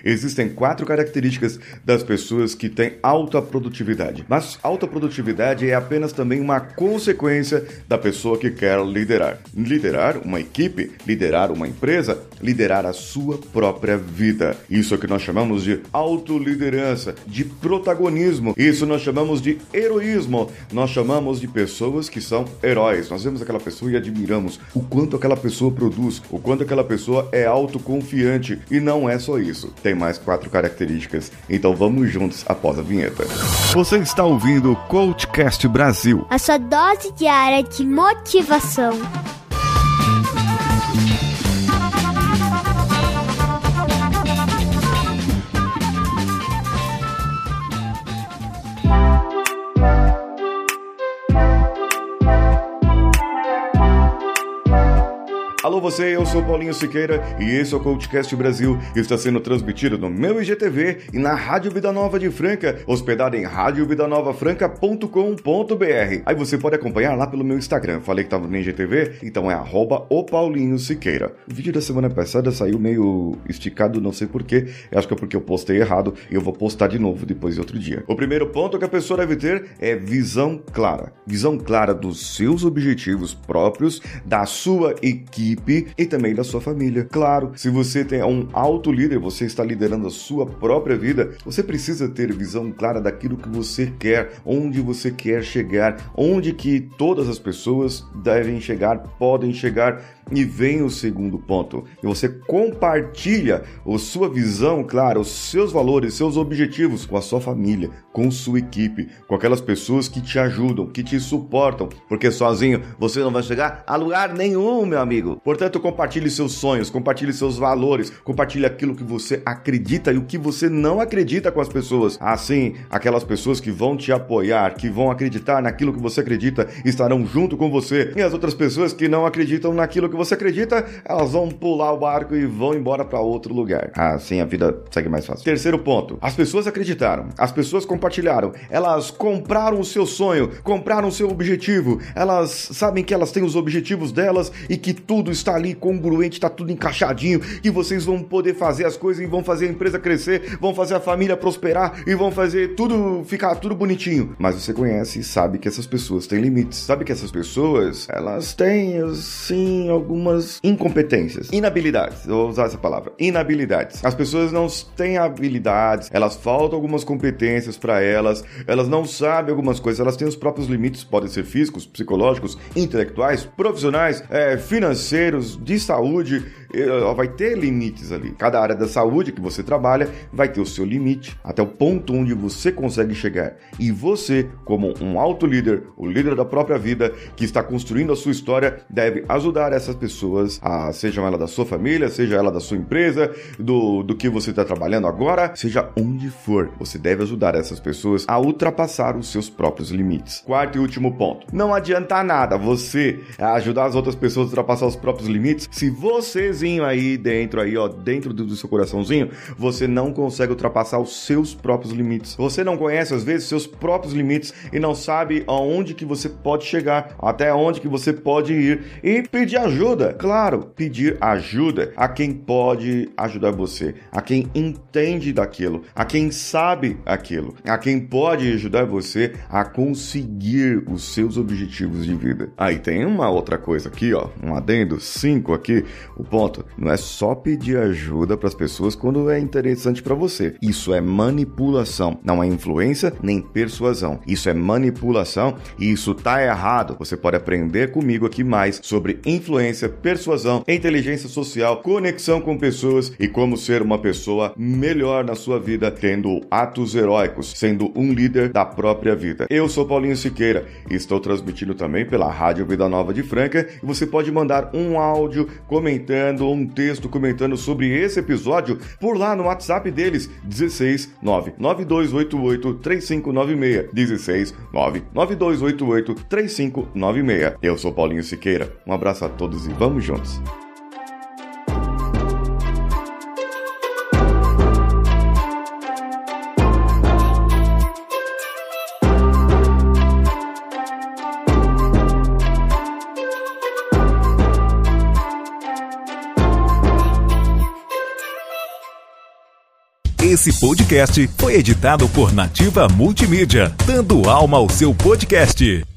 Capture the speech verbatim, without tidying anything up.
Existem quatro características das pessoas que têm alta produtividade. Mas alta produtividade é apenas também uma consequência da pessoa que quer liderar. Liderar uma equipe, liderar uma empresa, liderar a sua própria vida. Isso é o que nós chamamos de autoliderança, de protagonismo. Isso nós chamamos de heroísmo. Nós chamamos de pessoas que são heróis. Nós vemos aquela pessoa e admiramos o quanto aquela pessoa produz, o quanto aquela pessoa é autoconfiante. E não é só isso. Tem mais quatro características. Então vamos juntos após a vinheta. Você está ouvindo o Coachcast Brasil, a sua dose diária de motivação. Alô você, eu sou Paulinho Siqueira e esse é o Coachcast Brasil, que está sendo transmitido no meu I G T V e na Rádio Vida Nova de Franca, hospedado em rádio vida nova franca ponto com ponto b r. Aí você pode acompanhar lá pelo meu Instagram. Falei que estava no I G T V, então é arroba o Paulinho Siqueira. O vídeo da semana passada saiu meio esticado, não sei porquê. Eu acho que é porque eu postei errado e eu vou postar de novo depois de outro dia. O primeiro ponto que a pessoa deve ter é visão clara. Visão clara dos seus objetivos próprios, da sua equipe e também da sua família. Claro, se você tem um alto líder, você está liderando a sua própria vida, você precisa ter visão clara daquilo que você quer, onde você quer chegar, onde que todas as pessoas devem chegar, podem chegar. E vem o segundo ponto, e você compartilha a sua visão clara, os seus valores, seus objetivos com a sua família, com sua equipe, com aquelas pessoas que te ajudam, que te suportam, porque sozinho você não vai chegar a lugar nenhum, meu amigo. Portanto, compartilhe seus sonhos, compartilhe seus valores, compartilhe aquilo que você acredita e o que você não acredita com as pessoas. Assim, aquelas pessoas que vão te apoiar, que vão acreditar naquilo que você acredita, estarão junto com você, e as outras pessoas que não acreditam naquilo que você acredita, elas vão pular o barco e vão embora para outro lugar. Assim a vida segue mais fácil. Terceiro ponto, as pessoas acreditaram, as pessoas compartilharam, elas compraram o seu sonho, compraram o seu objetivo, elas sabem que elas têm os objetivos delas e que tudo está ali congruente, está tudo encaixadinho, que vocês vão poder fazer as coisas e vão fazer a empresa crescer, vão fazer a família prosperar e vão fazer tudo ficar tudo bonitinho. Mas você conhece e sabe que essas pessoas têm limites, sabe que essas pessoas, elas têm, assim, algumas incompetências, inabilidades, eu vou usar essa palavra, inabilidades. As pessoas não têm habilidades, elas faltam algumas competências para elas, elas não sabem algumas coisas, elas têm os próprios limites, podem ser físicos, psicológicos, intelectuais, profissionais, é, financeiros, de saúde, é, vai ter limites ali. Cada área da saúde que você trabalha vai ter o seu limite, até o ponto onde você consegue chegar. E você, como um alto líder, o líder da própria vida, que está construindo a sua história, deve ajudar essas pessoas, a, sejam ela da sua família, seja ela da sua empresa, do, do que você está trabalhando agora, seja onde for, você deve ajudar essas pessoas a ultrapassar os seus próprios limites. Quarto e último ponto, não adianta nada você ajudar as outras pessoas a ultrapassar os próprios limites, se vocêzinho aí dentro, aí ó, dentro do, do seu coraçãozinho, você não consegue ultrapassar os seus próprios limites. Você não conhece às vezes seus próprios limites e não sabe aonde que você pode chegar, até onde que você pode ir e pedir ajuda. Claro, pedir ajuda a quem pode ajudar você, a quem entende daquilo, a quem sabe aquilo, a quem pode ajudar você a conseguir os seus objetivos de vida. Aí tem uma outra coisa aqui, ó, um adendo, cinco aqui, o ponto, não é só pedir ajuda para as pessoas quando é interessante para você. Isso é manipulação, não é influência nem persuasão. Isso é manipulação e isso tá errado. Você pode aprender comigo aqui mais sobre influência, persuasão, inteligência social, conexão com pessoas e como ser uma pessoa melhor na sua vida, tendo atos heróicos, sendo um líder da própria vida. Eu sou Paulinho Siqueira e estou transmitindo também pela Rádio Vida Nova de Franca e você pode mandar um áudio comentando, um texto comentando sobre esse episódio por lá no WhatsApp deles, dezesseis nove nove dois oito oito três cinco nove seis, dezesseis nove nove dois oito oito três cinco nove seis. Eu sou Paulinho Siqueira, um abraço a todos e vamos juntos. Esse podcast foi editado por Nativa Multimídia, dando alma ao seu podcast.